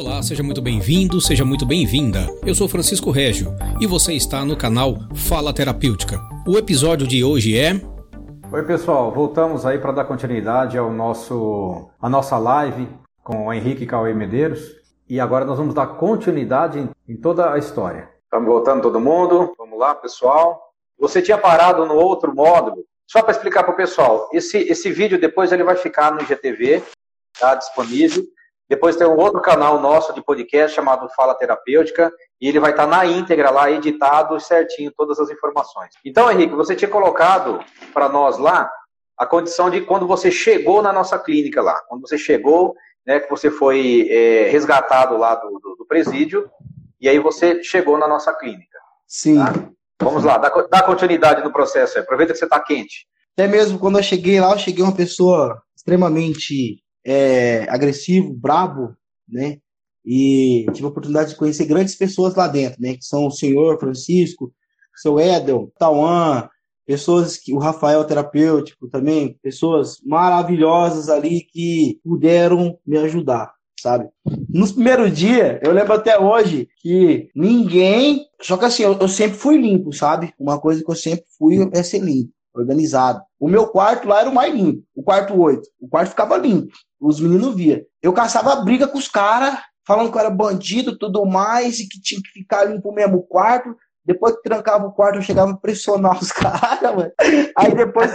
Olá, seja muito bem-vindo, seja muito bem-vinda. Eu sou Francisco Régio e você está no canal Fala Terapêutica. O episódio de hoje é... Oi pessoal, voltamos aí para dar continuidade à nossa live com o Henrique Cauê Medeiros e agora nós vamos dar continuidade em toda a história. Estamos voltando todo mundo, vamos lá pessoal. Você tinha parado no outro módulo, só para explicar para o pessoal, esse vídeo depois ele vai ficar no IGTV, tá disponível. Depois tem um outro canal nosso de podcast chamado Fala Terapêutica e ele vai estar na íntegra lá, editado certinho, todas as informações. Então, Henrique, você tinha colocado para nós lá a condição de quando você chegou na nossa clínica lá. Quando você chegou, né, que você foi resgatado lá do presídio e aí você chegou na nossa clínica. Sim. Tá? Vamos lá, dá continuidade no processo aí. Aproveita que você está quente. Até mesmo quando eu cheguei lá, eu cheguei uma pessoa extremamente... agressivo, brabo, né? E tive a oportunidade de conhecer grandes pessoas lá dentro, né? Que são o senhor Francisco, o seu Edel, Tauan, pessoas que o Rafael terapêutico também, pessoas maravilhosas ali que puderam me ajudar, sabe? Nos primeiros dias, eu lembro até hoje que ninguém... Só que assim, eu sempre fui limpo, sabe? Uma coisa que eu sempre fui é ser limpo, organizado. O meu quarto lá era o mais limpo, o quarto 8. O quarto ficava limpo, os meninos via. Eu caçava briga com os caras, falando que eu era bandido e tudo mais, e que tinha que ficar limpo mesmo o quarto. Depois que trancava o quarto, eu chegava a pressionar os caras, mano. Aí depois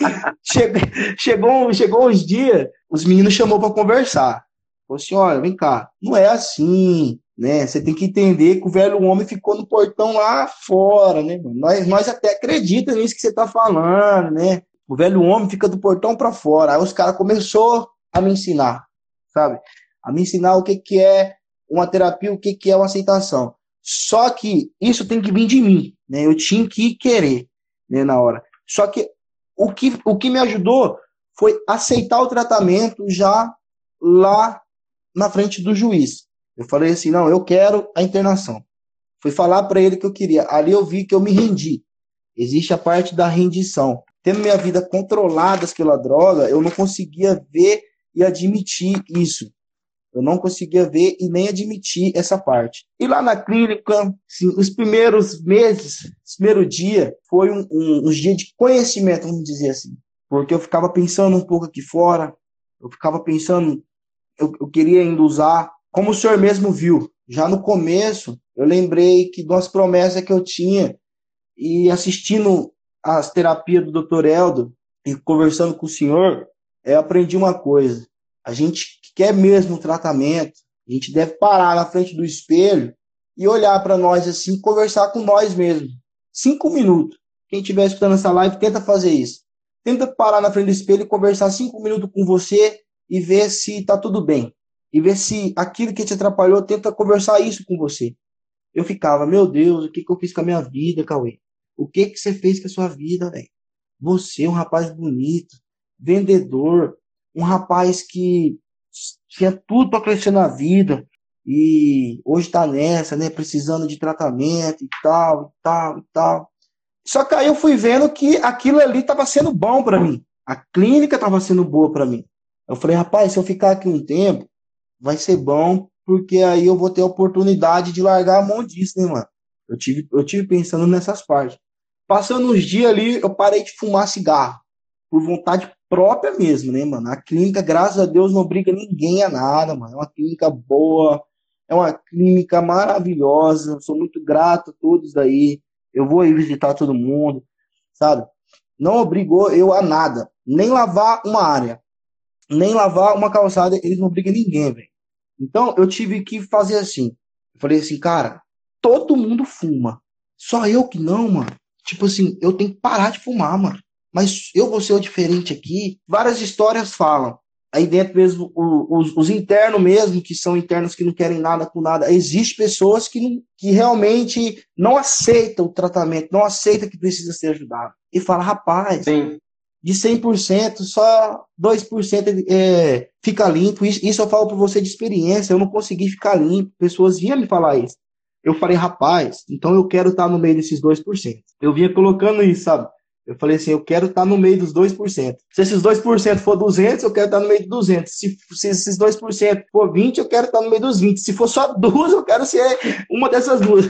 chegou uns dias, os meninos chamou pra conversar. Falou assim, olha, vem cá, não é assim, né? Você tem que entender que o velho homem ficou no portão lá fora, né, mano? Nós até acreditamos nisso que você tá falando, né? O velho homem fica do portão para fora. Aí os caras começaram a me ensinar, sabe? A me ensinar o que é uma terapia, o que é uma aceitação. Só que isso tem que vir de mim, né? Eu tinha que querer, né, na hora. Só que o que me ajudou foi aceitar o tratamento já lá na frente do juiz. Eu falei assim, não, eu quero a internação. Fui falar para ele que eu queria. Ali eu vi que eu me rendi. Existe a parte da rendição. Tendo minha vida controlada pela droga, eu não conseguia ver e admitir isso. Eu não conseguia ver e nem admitir essa parte. E lá na clínica, sim, os primeiros meses, os primeiros dias, foi uns dias de conhecimento, vamos dizer assim. Porque eu ficava pensando um pouco aqui fora, eu ficava pensando, eu queria ainda usar, como o senhor mesmo viu, já no começo, eu lembrei que de umas promessas que eu tinha, e assistindo as terapias do Dr. Eldo e conversando com o senhor, eu aprendi uma coisa. A gente que quer mesmo o tratamento, a gente deve parar na frente do espelho e olhar para nós assim, conversar com nós mesmos. 5 minutos. Quem estiver escutando essa live, tenta fazer isso. Tenta parar na frente do espelho e conversar 5 minutos com você e ver se está tudo bem. E ver se aquilo que te atrapalhou, tenta conversar isso com você. Eu ficava, meu Deus, o que eu fiz com a minha vida, Cauê? O que você fez com a sua vida, velho? Você, um rapaz bonito, vendedor, um rapaz que tinha tudo para crescer na vida e hoje tá nessa, né? Precisando de tratamento e tal, e tal, e tal. Só que aí eu fui vendo que aquilo ali tava sendo bom para mim. A clínica tava sendo boa para mim. Eu falei, rapaz, se eu ficar aqui um tempo, vai ser bom, porque aí eu vou ter a oportunidade de largar a mão disso, né, mano? Eu tive pensando nessas partes. Passando uns dias ali, eu parei de fumar cigarro. Por vontade própria mesmo, né, mano? A clínica, graças a Deus, não obriga ninguém a nada, mano. É uma clínica boa, é uma clínica maravilhosa. Sou muito grato a todos daí. Eu vou ir visitar todo mundo, sabe? Não obrigou eu a nada. Nem lavar uma área, nem lavar uma calçada, eles não obrigam ninguém, velho. Então, eu tive que fazer assim. Eu falei assim, cara, todo mundo fuma. Só eu que não, mano. Tipo assim, eu tenho que parar de fumar, mano. Mas eu vou ser o diferente aqui. Várias histórias falam. Aí dentro mesmo, os internos mesmo, que são internos que não querem nada com nada. Existem pessoas que realmente não aceitam o tratamento, não aceitam que precisa ser ajudado. E fala, rapaz, sim, de 100%, só 2% fica limpo. Isso eu falo para você de experiência. Eu não consegui ficar limpo. Pessoas vinham me falar isso. Eu falei, rapaz, então eu quero estar no meio desses 2%. Eu vinha colocando isso, sabe? Eu falei assim, eu quero estar no meio dos 2%. Se esses 2% for 200, eu quero estar no meio de 200. Se esses 2% for 20, eu quero estar no meio dos 20. Se for só duas, eu quero ser uma dessas duas.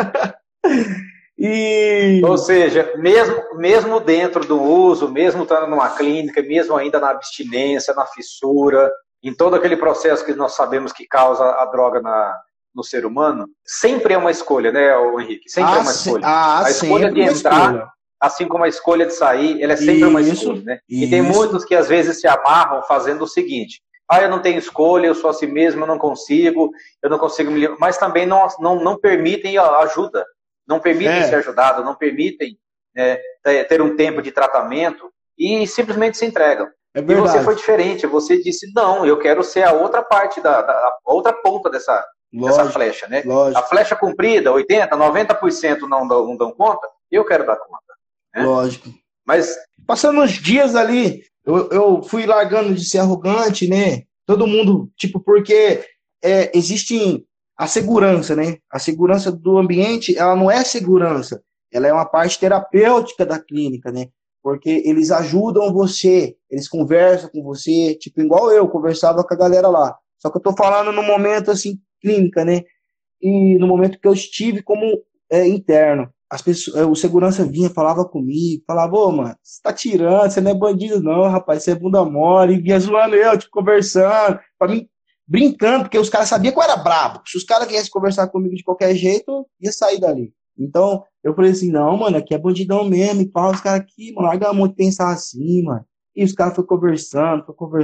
Ou seja, mesmo dentro do uso, mesmo estando numa clínica, mesmo ainda na abstinência, na fissura, em todo aquele processo que nós sabemos que causa a droga no ser humano, sempre é uma escolha, né, Henrique? Sempre é uma escolha. A escolha de entrar, assim como a escolha de sair, ela é sempre uma escolha, né? E tem muitos que às vezes se amarram fazendo o seguinte: eu não tenho escolha, eu sou assim mesmo, eu não consigo me livrar. Mas também não permitem ajuda. Não permitem ser ajudados, não permitem ter um tempo de tratamento e simplesmente se entregam. E você foi diferente, você disse, não, eu quero ser a outra parte, a outra ponta dessa flecha, né? Lógico. A flecha comprida, 80%, 90% não dão conta, eu quero dar conta. Né? Lógico. Mas, passando uns dias ali, eu fui largando de ser arrogante, né? Todo mundo, porque existe a segurança, né? A segurança do ambiente, ela não é segurança, ela é uma parte terapêutica da clínica, né? Porque eles ajudam você, eles conversam com você, igual eu conversava com a galera lá. Só que eu tô falando no momento, assim, clínica, né? E no momento que eu estive como interno, as pessoas, o segurança vinha, falava comigo, falava, ô, mano, você tá tirando, você não é bandido não, rapaz, você é bunda mole, e vinha zoando eu, conversando, pra mim, brincando, porque os caras sabiam que eu era brabo. Se os caras viessem conversar comigo de qualquer jeito, eu ia sair dali. Então, eu falei assim, não, mano, aqui é bandidão mesmo, e pá, os caras aqui, mano, larga a mão de pensar assim, mano. E os caras foram conversando.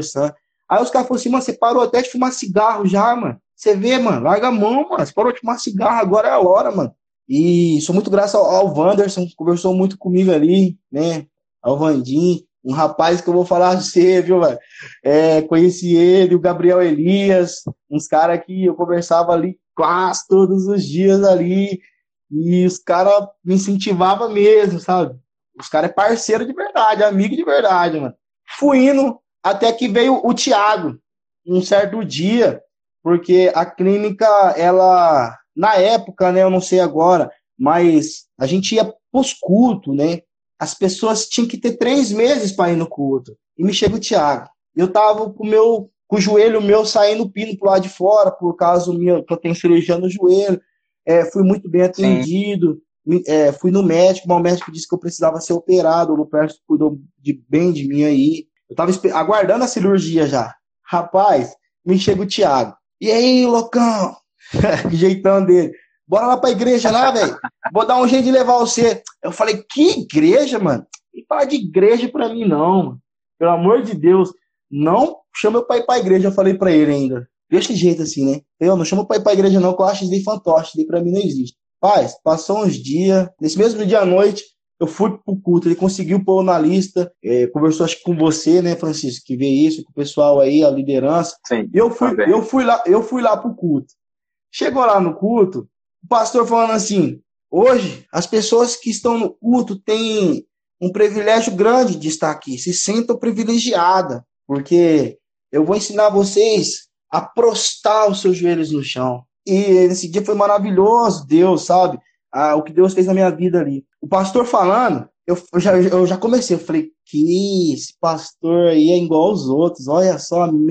Aí os caras falaram assim, mano, você parou até de fumar cigarro já, mano. Você vê, mano, larga a mão, mano, você parou de fumar cigarro, agora é a hora, mano. E sou muito graças ao Wanderson, conversou muito comigo ali, né, ao Vandim, um rapaz que eu vou falar de você, viu, velho? Conheci ele, o Gabriel Elias, uns caras que eu conversava ali quase todos os dias ali, e os caras me incentivavam mesmo, sabe? Os caras é parceiro de verdade, amigo de verdade, mano. Fui indo até que veio o Thiago, um certo dia, porque a clínica, ela, na época, né, eu não sei agora, mas a gente ia pros cultos, né? As pessoas tinham que ter 3 meses para ir no culto. E me chega o Thiago. Eu tava com o joelho meu saindo pino pro lado de fora, por causa que eu tenho cirurgia no joelho. Fui muito bem atendido. Fui no médico, mas o médico disse que eu precisava ser operado. O Lupercio cuidou bem de mim aí. Eu tava aguardando a cirurgia já. Rapaz, me chega o Thiago. E aí, loucão? Que jeitão dele. Bora lá pra igreja lá, velho. Vou dar um jeito de levar você. Eu falei, que igreja, mano? Não fala de igreja pra mim, não, mano. Pelo amor de Deus. Não chama eu pra ir pra igreja, eu falei pra ele ainda. Desse jeito assim, né? Eu não chamo pra ir pra igreja, não, que eu acho isso daí fantoche. Isso daí pra mim não existe. Paz, passou uns dias. Nesse mesmo dia à noite, eu fui pro culto. Ele conseguiu pôr na lista. Conversou, acho que com você, né, Francisco, que vê isso, com o pessoal aí, a liderança. Sim, eu fui lá pro culto. Chegou lá no culto, o pastor falando assim, hoje as pessoas que estão no culto têm um privilégio grande de estar aqui, se sentam privilegiadas, porque eu vou ensinar vocês a prostrar os seus joelhos no chão. E esse dia foi maravilhoso, Deus, sabe? O que Deus fez na minha vida ali. O pastor falando, eu já comecei, eu falei, que esse pastor aí é igual aos outros, olha só, a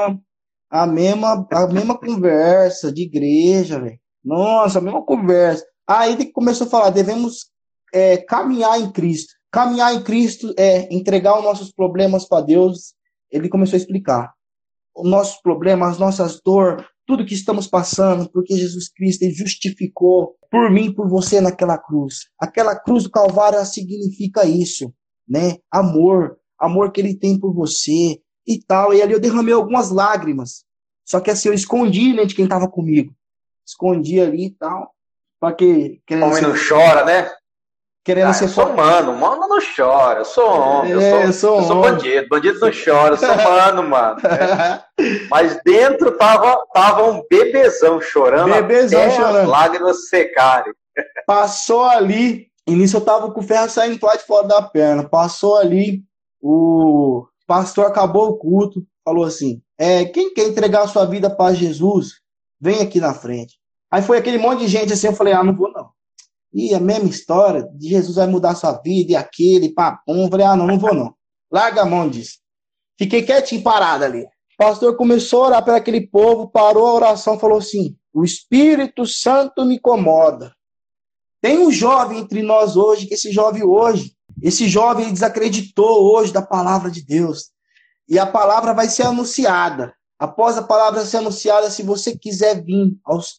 mesma conversa de igreja, velho. Nossa, a mesma conversa. Aí ele começou a falar, devemos caminhar em Cristo. Caminhar em Cristo é entregar os nossos problemas para Deus. Ele começou a explicar. Os nossos problemas, as nossas dores, tudo que estamos passando, porque Jesus Cristo ele justificou por mim e por você naquela cruz. Aquela cruz do Calvário significa isso, né? Amor que ele tem por você e tal. E ali eu derramei algumas lágrimas. Só que assim, eu escondi, né, de quem estava comigo. Escondi ali e tal. Pra que... Homem não chora, né? Querendo ser... Eu sou mano não chora. Eu sou homem, eu sou bandido. Bandido não chora, eu sou mano. Mas dentro tava um bebezão chorando. Chorando. As lágrimas secarem. Passou ali, e nisso eu tava com o ferro saindo lá de fora da perna. Passou ali, o pastor acabou o culto, falou assim, quem quer entregar a sua vida para Jesus, vem aqui na frente. Aí foi aquele monte de gente assim, eu falei, não vou não. E a mesma história, de Jesus vai mudar a sua vida, e aquele, papum. Falei, não vou não. Larga a mão disso. Fiquei quietinho, parado ali. O pastor começou a orar para aquele povo, parou a oração, falou assim, o Espírito Santo me incomoda. Tem um jovem entre nós hoje, que esse jovem desacreditou hoje da palavra de Deus. E a palavra vai ser anunciada. Após a palavra ser anunciada, se você quiser vir,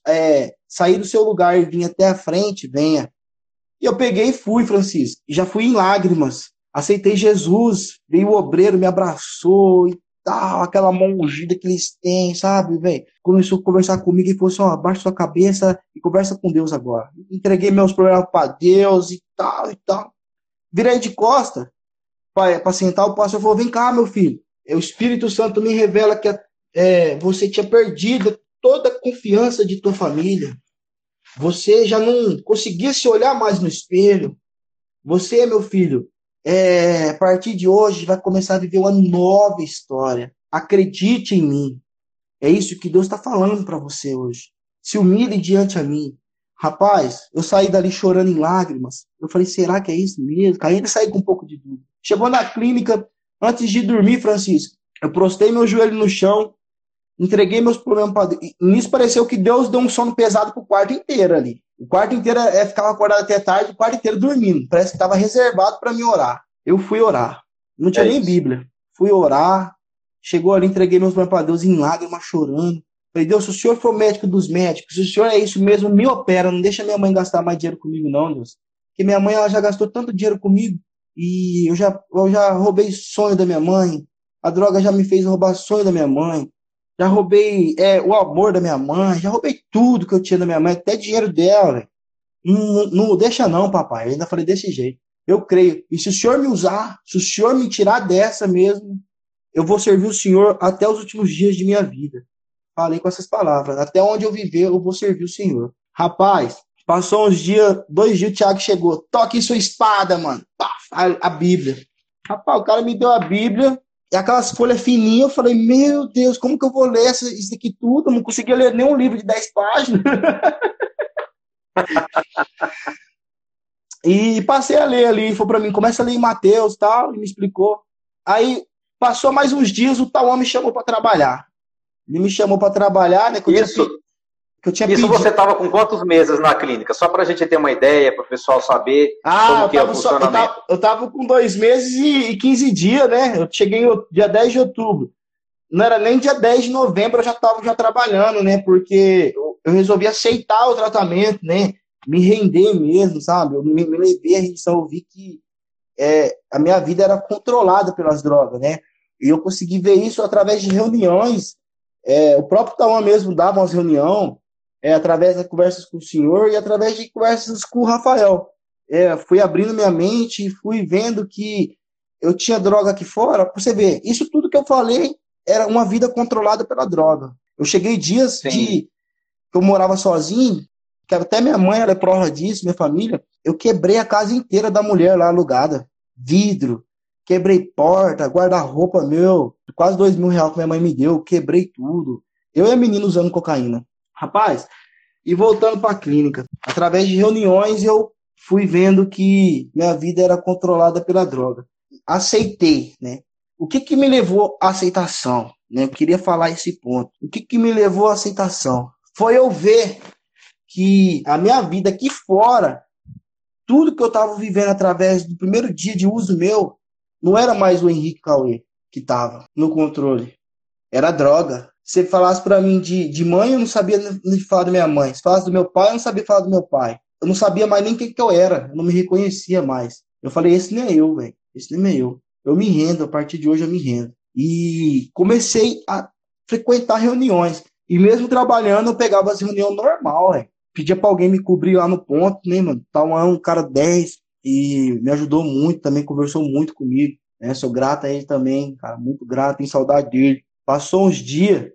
sair do seu lugar e vir até a frente, venha. E eu peguei e fui, Francisco. Já fui em lágrimas. Aceitei Jesus. Veio o obreiro, me abraçou e tal. Aquela mão ungida que eles têm, sabe, velho? Começou a conversar comigo e falou assim, abaixa sua cabeça e conversa com Deus agora. Entreguei meus problemas para Deus e tal e tal. Virei de costa para sentar. O pastor falou, vem cá, meu filho. O Espírito Santo me revela que você tinha perdido toda a confiança de tua família. Você já não conseguia se olhar mais no espelho. Você, meu filho, a partir de hoje vai começar a viver uma nova história. Acredite em mim. É isso que Deus está falando para você hoje. Se humilhe diante a mim. Rapaz, eu saí dali chorando em lágrimas. Eu falei, será que é isso mesmo? Ainda saí com um pouco de dúvida. Chegou na clínica, antes de dormir, Francisco, eu prostei meu joelho no chão, entreguei meus problemas para Deus. Nisso pareceu que Deus deu um sono pesado pro quarto inteiro ali. O quarto inteiro ficava acordado até tarde, o quarto inteiro dormindo. Parece que estava reservado para mim orar. Eu fui orar. Não tinha nem Bíblia. Fui orar. Chegou ali, entreguei meus problemas para Deus em lágrimas, chorando. Falei, Deus, se o Senhor for médico dos médicos, se o Senhor é isso mesmo, me opera. Não deixa minha mãe gastar mais dinheiro comigo, não, Deus. Porque minha mãe ela já gastou tanto dinheiro comigo. E eu já roubei sonho da minha mãe. A droga já me fez roubar sonho da minha mãe. Já roubei o amor da minha mãe. Já roubei tudo que eu tinha da minha mãe. Até dinheiro dela. Não deixa não, papai. Eu ainda falei desse jeito. Eu creio. E se o Senhor me usar, se o Senhor me tirar dessa mesmo, eu vou servir o Senhor até os últimos dias de minha vida. Falei com essas palavras. Até onde eu viver, eu vou servir o Senhor. Rapaz, passou uns dias, 2 dias, o Thiago chegou. Toque sua espada, mano. Pá, a Bíblia. Rapaz, o cara me deu a Bíblia e aquelas folhas fininhas. Eu falei, meu Deus, como que eu vou ler isso aqui tudo? Eu não conseguia ler nem um livro de 10 páginas. E passei a ler ali. Falou pra mim, começa a ler em Mateus e tal. E me explicou. Aí, passou mais uns dias, o tal homem me chamou pra trabalhar. Ele me chamou para trabalhar, né? Isso você estava com quantos meses na clínica? Só para a gente ter uma ideia, para o pessoal saber como que é o funcionamento. Eu estava com 2 meses e 15 dias, né? Eu cheguei dia 10 de outubro. Não era nem dia 10 de novembro, eu já estava trabalhando, né? Porque eu resolvi aceitar o tratamento, né? Me render mesmo, sabe? Eu me levei a rendição, eu vi que a minha vida era controlada pelas drogas, né? E eu consegui ver isso através de reuniões. O próprio Tauan mesmo dava umas reuniões através das conversas com o senhor e através de conversas com o Rafael. Fui abrindo minha mente, fui vendo que eu tinha droga aqui fora. Pra você ver, isso tudo que eu falei era uma vida controlada pela droga. Eu cheguei dias que eu morava sozinho, que até minha mãe ela é prova disso, minha família. Eu quebrei a casa inteira da mulher lá alugada. Vidro. Quebrei porta, guarda-roupa meu, quase R$2.000 que minha mãe me deu, quebrei tudo. Eu e a menina usando cocaína. Rapaz, e voltando para a clínica, através de reuniões eu fui vendo que minha vida era controlada pela droga. Aceitei, né? O que me levou à aceitação? Né? Eu queria falar esse ponto. O que me levou à aceitação? Foi eu ver que a minha vida aqui fora, tudo que eu estava vivendo através do primeiro dia de uso meu, não era mais o Henrique Cauê que estava no controle. Era droga. Se falasse para mim de mãe, eu não sabia nem falar da minha mãe. Se falasse do meu pai, eu não sabia falar do meu pai. Eu não sabia mais nem quem que eu era. Eu não me reconhecia mais. Eu falei, esse nem é eu, velho. Esse nem é eu. Eu me rendo. A partir de hoje eu me rendo. E comecei a frequentar reuniões. E mesmo trabalhando, eu pegava as reuniões normal, velho. Pedia pra alguém me cobrir lá no ponto, né, mano? Tá um cara 10. E me ajudou muito também, conversou muito comigo, né? Sou grato a ele também, cara, muito grato, tenho saudade dele. Passou uns dias,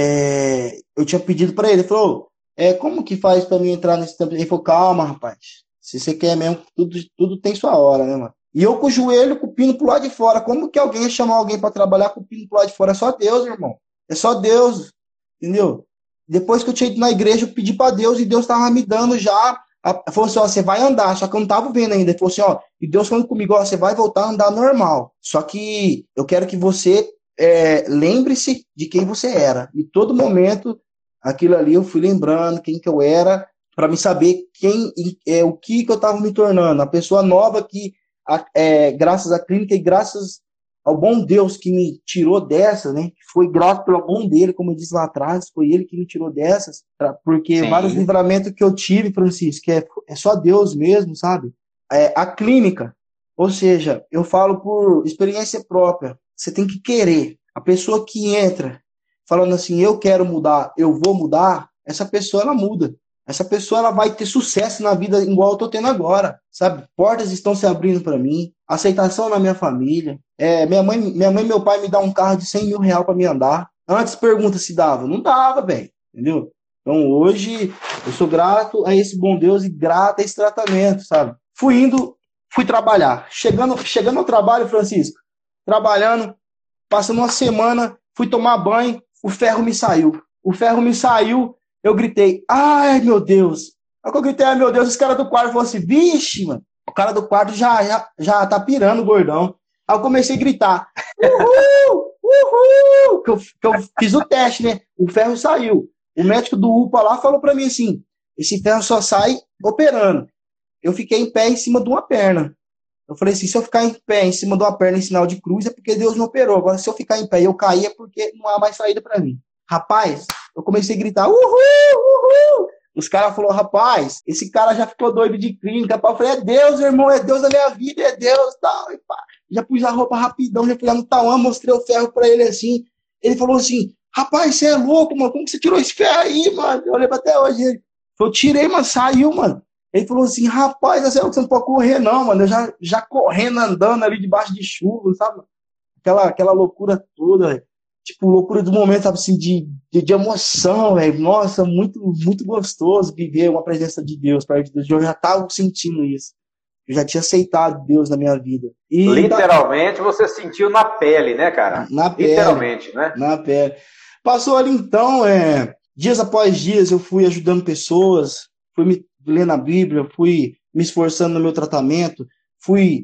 eu tinha pedido pra ele falou, como que faz pra mim entrar nesse tempo? Ele falou, calma, rapaz, se você quer mesmo, tudo tem sua hora, né, mano? E eu com o joelho, com o pino pro lado de fora, como que alguém ia chamar alguém pra trabalhar com o pino pro lado de fora? É só Deus, irmão, é só Deus, entendeu? Depois que eu tinha ido na igreja, eu pedi pra Deus e Deus tava me dando já Falou assim, ó, você vai andar, só que eu não tava vendo ainda. Ele falou assim, ó, e Deus falando comigo, ó, você vai voltar a andar normal. Só que eu quero que você lembre-se de quem você era. E todo momento, aquilo ali eu fui lembrando quem que eu era, para me saber o que eu estava me tornando. A pessoa nova que, graças à clínica e graças ao bom Deus que me tirou dessa, né? Foi grato pelo bom dele, como eu disse lá atrás, foi ele que me tirou dessas, porque Sim. vários livramentos que eu tive, Francisco, que é só Deus mesmo, sabe? A clínica, ou seja, eu falo por experiência própria, você tem que querer. A pessoa que entra falando assim, eu quero mudar, eu vou mudar, essa pessoa ela muda. Essa pessoa ela vai ter sucesso na vida igual eu tô tendo agora, sabe? Portas estão se abrindo para mim, aceitação na minha família. Minha mãe e meu pai me dão um carro de 100 mil reais para me andar. Antes pergunta se dava. Não dava, velho. Entendeu? Então hoje eu sou grato a esse bom Deus e grato a esse tratamento, sabe? Fui trabalhar. Chegando ao trabalho, Francisco, trabalhando, passando uma semana, fui tomar banho, o ferro me saiu. Eu gritei, ai meu Deus. Aí que eu gritei, ai meu Deus, os caras do quarto falaram assim, vixe, mano, o cara do quarto já tá pirando o gordão. Aí eu comecei a gritar, uhul, que eu fiz o teste, né? O ferro saiu. O médico do UPA lá falou pra mim assim, esse ferro só sai operando. Eu fiquei em pé em cima de uma perna. Eu falei assim, se eu ficar em pé em cima de uma perna em sinal de cruz é porque Deus me operou. Agora, se eu ficar em pé e eu cair é porque não há mais saída pra mim. Rapaz, eu comecei a gritar, uhul. Os caras falaram, rapaz, esse cara já ficou doido de clínica. Eu falei, é Deus, irmão, é Deus da minha vida, é Deus, tal. E pá. Já pus a roupa rapidão, já fui lá no Tauã, mostrei o ferro pra ele assim. Ele falou assim, rapaz, você é louco, mano, como que você tirou esse ferro aí, mano? Eu lembro até hoje. Ele falou, tirei, mano, saiu, mano. Ele falou assim, rapaz, você não pode correr não, mano. Eu já correndo, andando ali debaixo de chuva, sabe? Aquela loucura toda, velho. Tipo, loucura do momento, sabe, assim, de emoção, velho. Nossa, muito, muito gostoso viver uma presença de Deus, perto de Deus. Eu já tava sentindo isso. Eu já tinha aceitado Deus na minha vida. E literalmente você sentiu na pele, né, cara? Na pele. Literalmente, né? Na pele. Passou ali então, dias após dias eu fui ajudando pessoas, fui me lendo a Bíblia, fui me esforçando no meu tratamento, fui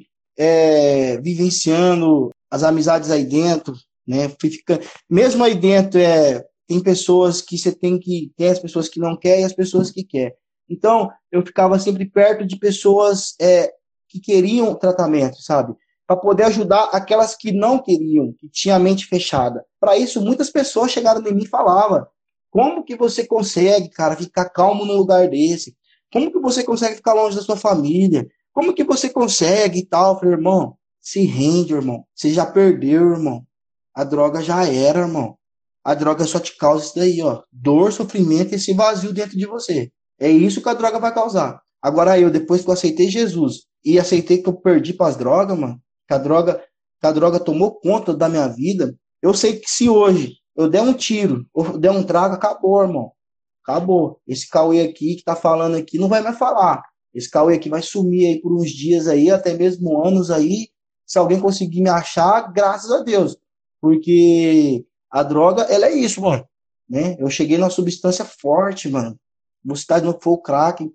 vivenciando as amizades aí dentro, né? Fui ficando... Mesmo aí dentro, tem pessoas que você tem as pessoas que não querem e as pessoas que querem. Então, eu ficava sempre perto de pessoas que queriam tratamento, sabe? Para poder ajudar aquelas que não queriam, que tinham a mente fechada. Para isso, muitas pessoas chegaram em mim e falavam, como que você consegue, cara, ficar calmo num lugar desse? Como que você consegue ficar longe da sua família? Como que você consegue e tal? Eu falei, irmão, se rende, irmão. Você já perdeu, irmão. A droga já era, irmão. A droga só te causa isso daí, ó. Dor, sofrimento e esse vazio dentro de você. É isso que a droga vai causar. Agora depois que eu aceitei Jesus e aceitei que eu perdi para as drogas, mano, que a droga tomou conta da minha vida, eu sei que se hoje eu der um tiro, ou der um trago, acabou, irmão. Acabou. Esse Cauê aqui que tá falando aqui não vai mais falar. Esse Cauê aqui vai sumir aí por uns dias aí, até mesmo anos aí. Se alguém conseguir me achar, graças a Deus. Porque a droga, ela é isso, mano. Né? Eu cheguei numa substância forte, mano. Vou citar de novo, foi o crack.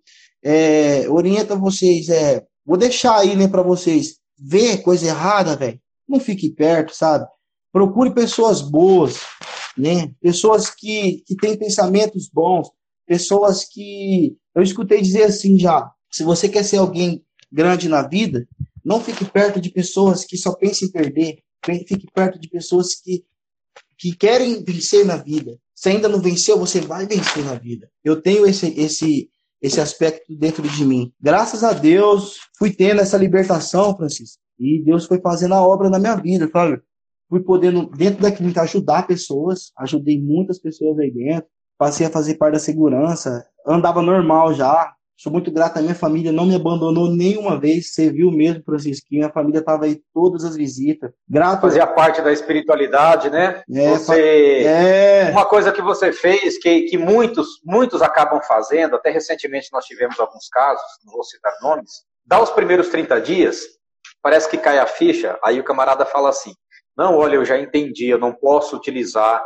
Orienta vocês, vou deixar aí, né, pra vocês ver coisa errada, velho. Não fique perto, sabe? Procure pessoas boas, né? Pessoas que têm pensamentos bons, pessoas que... Eu escutei dizer assim já, se você quer ser alguém grande na vida, não fique perto de pessoas que só pensam em perder, fique perto de pessoas que querem vencer na vida. Se ainda não venceu, você vai vencer na vida. Eu tenho esse aspecto dentro de mim. Graças a Deus, fui tendo essa libertação, Francisco, e Deus foi fazendo a obra na minha vida, sabe? Fui podendo, dentro da clínica, ajudar pessoas, ajudei muitas pessoas aí dentro, passei a fazer parte da segurança, andava normal já, sou muito grato à minha família, não me abandonou nenhuma vez, você viu mesmo, Francisco, que minha família estava aí todas as visitas. Grato... Fazia parte da espiritualidade, né? Uma coisa que você fez, que muitos acabam fazendo, até recentemente nós tivemos alguns casos, não vou citar nomes, dá os primeiros 30 dias, parece que cai a ficha, aí o camarada fala assim, não, olha, eu já entendi, eu não posso utilizar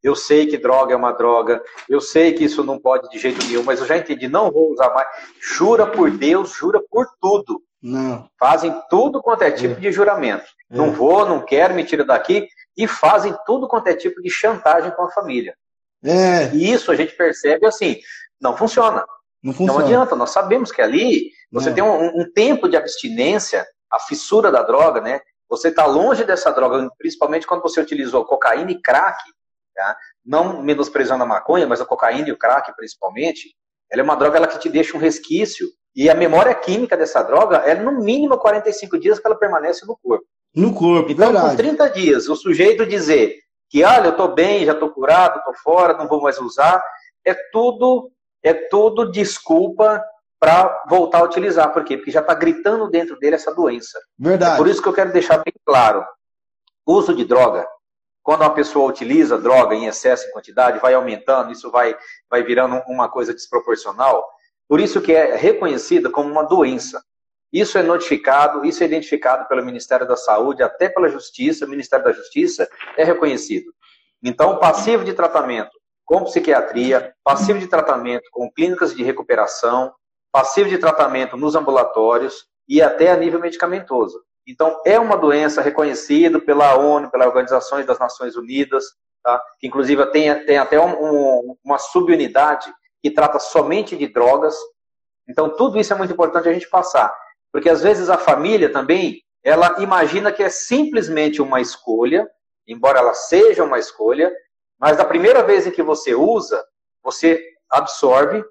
eu sei que droga é uma droga, eu sei que isso não pode de jeito nenhum, mas eu já entendi, não vou usar mais. Jura por Deus, jura por tudo. Não. Fazem tudo quanto é tipo de juramento. Não vou, não quero, me tira daqui. E fazem tudo quanto é tipo de chantagem com a família. E isso a gente percebe assim, não funciona. Não adianta, nós sabemos que ali você tem um tempo de abstinência, a fissura da droga, né? Você está longe dessa droga, principalmente quando você utilizou cocaína e crack, tá? Não menosprezando a maconha, mas a cocaína e o crack principalmente, ela é uma droga que te deixa um resquício, e a memória química dessa droga é no mínimo 45 dias que ela permanece no corpo. No corpo, então, verdade. Com 30 dias, o sujeito dizer que, olha, eu estou bem, já estou curado, estou fora, não vou mais usar, é tudo desculpa para voltar a utilizar. Por quê? Porque já está gritando dentro dele essa doença. Verdade. É por isso que eu quero deixar bem claro. O uso de droga, quando uma pessoa utiliza droga em excesso, em quantidade, vai aumentando, isso vai virando uma coisa desproporcional. Por isso que é reconhecida como uma doença. Isso é notificado, isso é identificado pelo Ministério da Saúde, até pela Justiça, o Ministério da Justiça é reconhecido. Então, passivo de tratamento com psiquiatria, passivo de tratamento com clínicas de recuperação, passivo de tratamento nos ambulatórios e até a nível medicamentoso. Então, é uma doença reconhecida pela ONU, pelas Organizações das Nações Unidas, tá? Que inclusive tem até uma subunidade que trata somente de drogas. Então, tudo isso é muito importante a gente passar. Porque, às vezes, a família também, ela imagina que é simplesmente uma escolha, embora ela seja uma escolha, mas da primeira vez em que você usa, você absorve,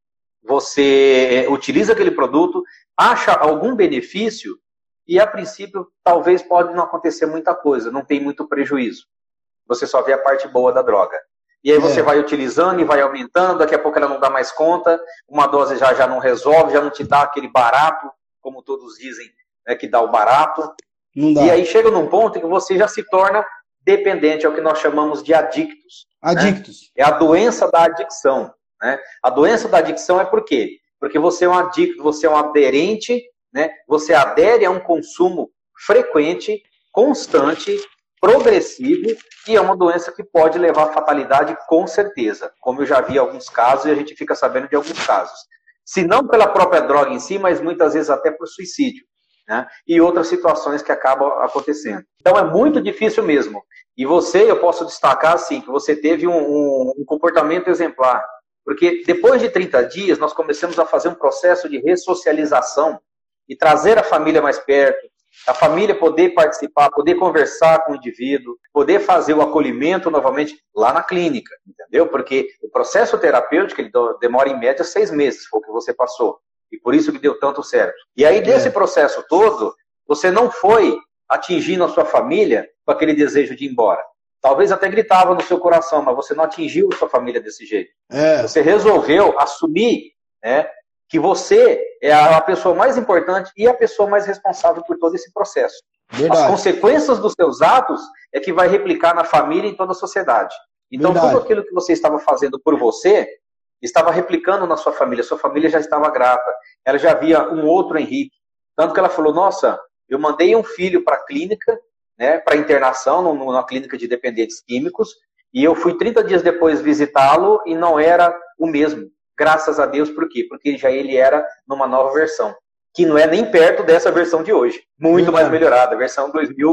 você utiliza aquele produto, acha algum benefício, e, a princípio, talvez pode não acontecer muita coisa, não tem muito prejuízo. Você só vê a parte boa da droga. E aí você vai utilizando e vai aumentando, daqui a pouco ela não dá mais conta, uma dose já não resolve, já não te dá aquele barato, como todos dizem, né, que dá o barato. Não dá. E aí chega num ponto em que você já se torna dependente, é o que nós chamamos de adictos. Adictos. Né? É a doença da adicção. Né? A doença da adicção é por quê? Porque você é um adicto, você é um aderente, né? Você adere a um consumo frequente, constante, progressivo, e é uma doença que pode levar à fatalidade com certeza, como eu já vi alguns casos e a gente fica sabendo de alguns casos. Se não pela própria droga em si, mas muitas vezes até por suicídio, né? E outras situações que acabam acontecendo. Então é muito difícil mesmo. E eu posso destacar assim, que você teve um comportamento exemplar, porque depois de 30 dias nós começamos a fazer um processo de ressocialização e trazer a família mais perto, a família poder participar, poder conversar com o indivíduo, poder fazer o acolhimento novamente lá na clínica, entendeu? Porque o processo terapêutico ele demora em média 6 meses, foi o que você passou. E por isso que deu tanto certo. E aí, desse processo todo, você não foi atingindo a sua família com aquele desejo de ir embora. Talvez até gritava no seu coração, mas você não atingiu a sua família desse jeito. Você resolveu assumir, né, que você é a pessoa mais importante e a pessoa mais responsável por todo esse processo. Verdade. As consequências dos seus atos é que vai replicar na família e em toda a sociedade. Então, Verdade. Tudo aquilo que você estava fazendo por você, estava replicando na sua família já estava grata, ela já via um outro Henrique. Tanto que ela falou, nossa, eu mandei um filho para a clínica, né, para internação, numa clínica de dependentes químicos, e eu fui 30 dias depois visitá-lo e não era o mesmo. Graças a Deus, por quê? Porque já ele era numa nova versão, que não é nem perto dessa versão de hoje. Muito mais melhorada, versão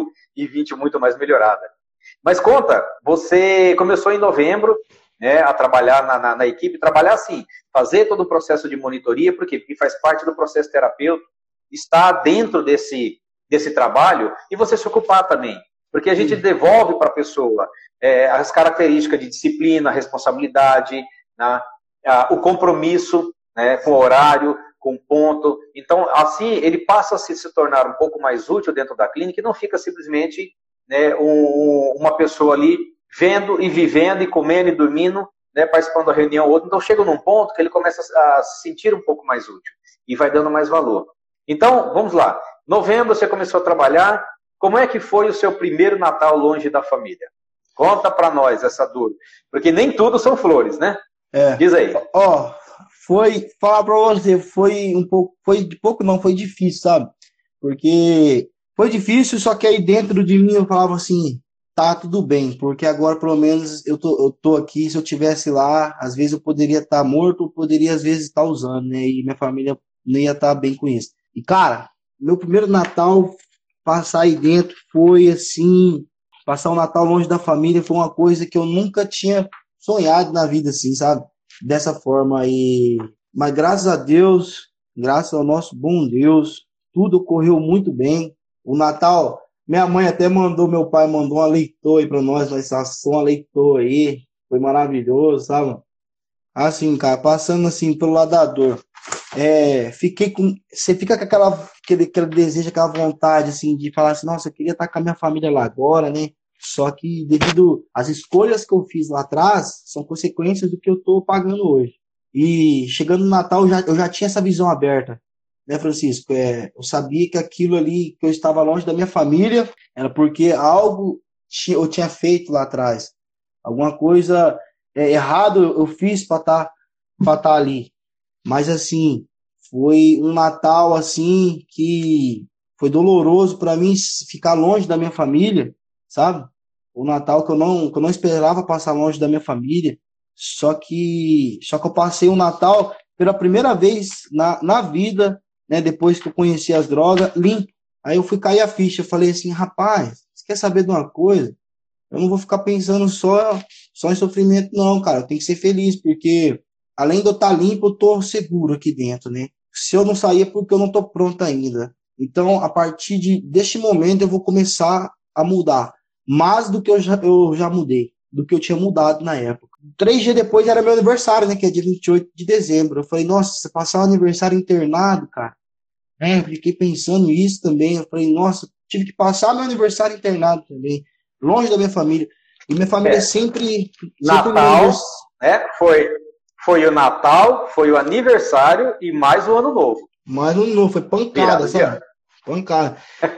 2020 muito mais melhorada. Mas conta, você começou em novembro, né, a trabalhar na equipe, trabalhar assim, fazer todo o processo de monitoria, por quê? Porque faz parte do processo terapêutico, está dentro desse trabalho e você se ocupar também. Porque a gente devolve para a pessoa as características de disciplina, responsabilidade, né, o compromisso, né, com o horário, com o ponto. Então, assim, ele passa a se tornar um pouco mais útil dentro da clínica e não fica simplesmente, né, uma pessoa ali vendo e vivendo e comendo e dormindo, né, participando da reunião ou outra. Então, chega num ponto que ele começa a se sentir um pouco mais útil e vai dando mais valor. Então, vamos lá. Novembro você começou a trabalhar. Como é que foi o seu primeiro Natal longe da família? Conta para nós essa dor. Porque nem tudo são flores, né? Diz aí. Falar pra você, foi difícil, sabe? Porque foi difícil, só que aí dentro de mim eu falava assim, tá tudo bem, porque agora pelo menos eu tô aqui, se eu tivesse lá, às vezes eu poderia estar morto, ou poderia às vezes estar usando, né? E minha família não ia estar bem com isso. E cara, meu primeiro Natal passar aí dentro foi assim, passar o Natal longe da família foi uma coisa que eu nunca tinha sonhado na vida, assim, sabe? Dessa forma aí. Mas graças a Deus, graças ao nosso bom Deus, tudo ocorreu muito bem. O Natal, minha mãe até meu pai mandou uma leitoa aí pra nós assamos uma leitoa aí, foi maravilhoso, sabe? Assim, cara, passando assim pelo lado da dor. Você fica com aquele desejo, aquela vontade, assim, de falar assim, nossa, eu queria estar com a minha família lá agora, né? Só que devido às escolhas que eu fiz lá atrás, são consequências do que eu estou pagando hoje. E chegando no Natal, eu já tinha essa visão aberta, né, Francisco? Eu sabia que aquilo ali, que eu estava longe da minha família, era porque algo eu tinha feito lá atrás. Alguma coisa errado eu fiz para tá ali. Mas assim, foi um Natal assim que foi doloroso para mim ficar longe da minha família, sabe? O Natal que eu não esperava passar longe da minha família. Só que eu passei o Natal pela primeira vez na vida, né, depois que eu conheci as drogas, limpo. Aí eu fui cair a ficha, eu falei assim, rapaz, você quer saber de uma coisa? Eu não vou ficar pensando só em sofrimento, não, cara. Eu tenho que ser feliz, porque além de eu estar limpo, eu tô seguro aqui dentro, né? Se eu não sair é porque eu não tô pronto ainda. Então, a partir deste momento, eu vou começar a mudar. Mais do que eu já mudei, do que eu tinha mudado na época. 3 dias depois era meu aniversário, né? Que é dia 28 de dezembro. Eu falei, nossa, você passar o aniversário internado, cara. Eu fiquei pensando isso também. Eu falei, nossa, tive que passar meu aniversário internado também, longe da minha família. E minha família sempre Natal, né? Foi o Natal, foi o aniversário e mais o Ano Novo. Mais o Ano Novo, foi pancada, sabe? Pancada.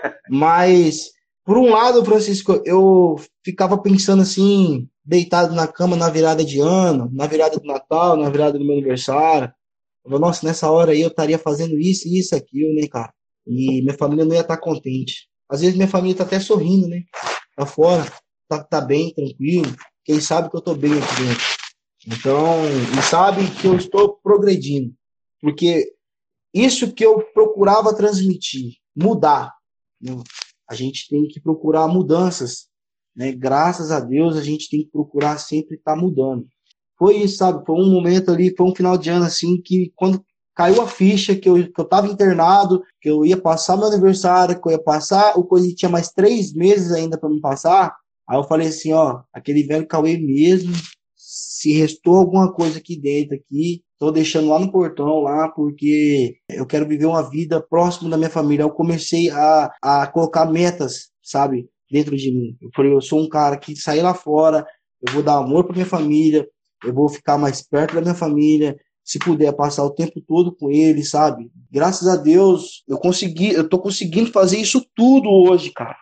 Mas, por um lado, Francisco, eu ficava pensando assim, deitado na cama na virada de ano, na virada do Natal, na virada do meu aniversário. Eu falei, nossa, nessa hora aí eu estaria fazendo isso, isso, aquilo, né, cara? E minha família não ia estar contente. Às vezes minha família tá até sorrindo, né? Tá fora, tá bem, tranquilo. Quem sabe que eu tô bem aqui dentro. Então, e sabe que eu estou progredindo. Porque isso que eu procurava transmitir, mudar, né? A gente tem que procurar mudanças, né? Graças a Deus, a gente tem que procurar sempre estar mudando. Foi isso, sabe? Foi um momento ali, foi um final de ano, assim, que quando caiu a ficha que eu tava internado, que eu ia passar meu aniversário, que eu ia passar, o coisa tinha mais 3 meses ainda para me passar. Aí eu falei assim, ó, aquele velho Cauê mesmo, se restou alguma coisa aqui dentro, aqui, tô deixando lá no portão, lá, porque eu quero viver uma vida próximo da minha família. Eu comecei a colocar metas, sabe, dentro de mim. Eu falei, eu sou um cara que sair lá fora, eu vou dar amor pra minha família, eu vou ficar mais perto da minha família, se puder passar o tempo todo com eles, sabe? Graças a Deus, eu tô conseguindo fazer isso tudo hoje, cara.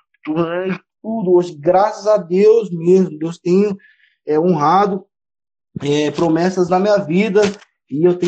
Tudo hoje, graças a Deus mesmo. Deus tem honrado promessas na minha vida e eu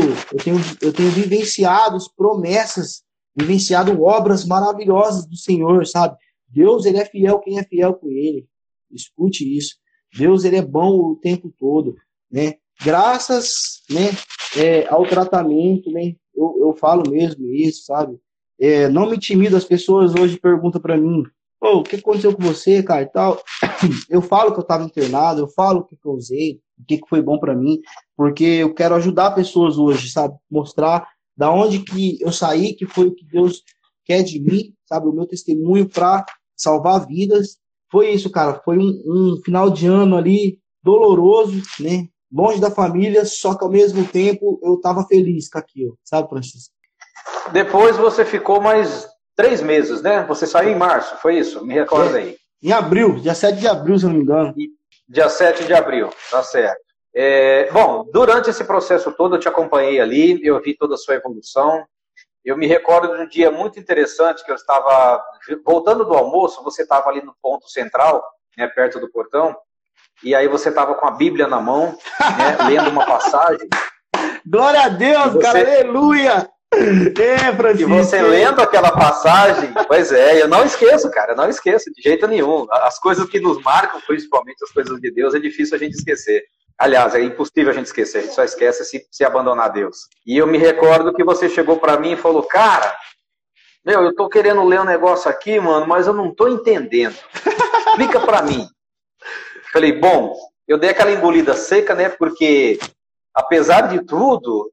tenho vivenciado promessas, vivenciado obras maravilhosas do Senhor, sabe? Deus, ele é fiel, quem é fiel com ele. Escute isso. Deus, ele é bom o tempo todo, né? Graças, né, ao tratamento, né? Eu falo mesmo isso, sabe? Não me intimido, as pessoas hoje perguntam para mim, o que aconteceu com você, cara, e tal. Eu falo que eu estava internado, eu falo o que eu usei, o que foi bom para mim, porque eu quero ajudar pessoas hoje, sabe? Mostrar da onde que eu saí, que foi o que Deus quer de mim, sabe? O meu testemunho para salvar vidas. Foi isso, cara. Foi um final de ano ali doloroso, né? Longe da família, só que ao mesmo tempo eu estava feliz com aquilo, sabe, Francisco? Depois você ficou mais 3 meses, né? Você saiu em março, foi isso? Me recorda aí. Em abril, dia 7 de abril, se eu não me engano. Dia 7 de abril, tá certo. Bom, durante esse processo todo eu te acompanhei ali, eu vi toda a sua evolução. Eu me recordo de um dia muito interessante que eu estava voltando do almoço, você estava ali no ponto central, né, perto do portão, e aí você estava com a Bíblia na mão, né, lendo uma passagem. Glória a Deus, cara, aleluia! Francisco. E você lendo aquela passagem, pois é, eu não esqueço, cara, eu não esqueço de jeito nenhum. As coisas que nos marcam, principalmente as coisas de Deus, é difícil a gente esquecer. Aliás, é impossível a gente esquecer, a gente só esquece se abandonar Deus. E eu me recordo que você chegou para mim e falou, cara, eu tô querendo ler um negócio aqui, mano, mas eu não tô entendendo. Explica para mim. Falei, bom, eu dei aquela engolida seca, né, porque apesar de tudo,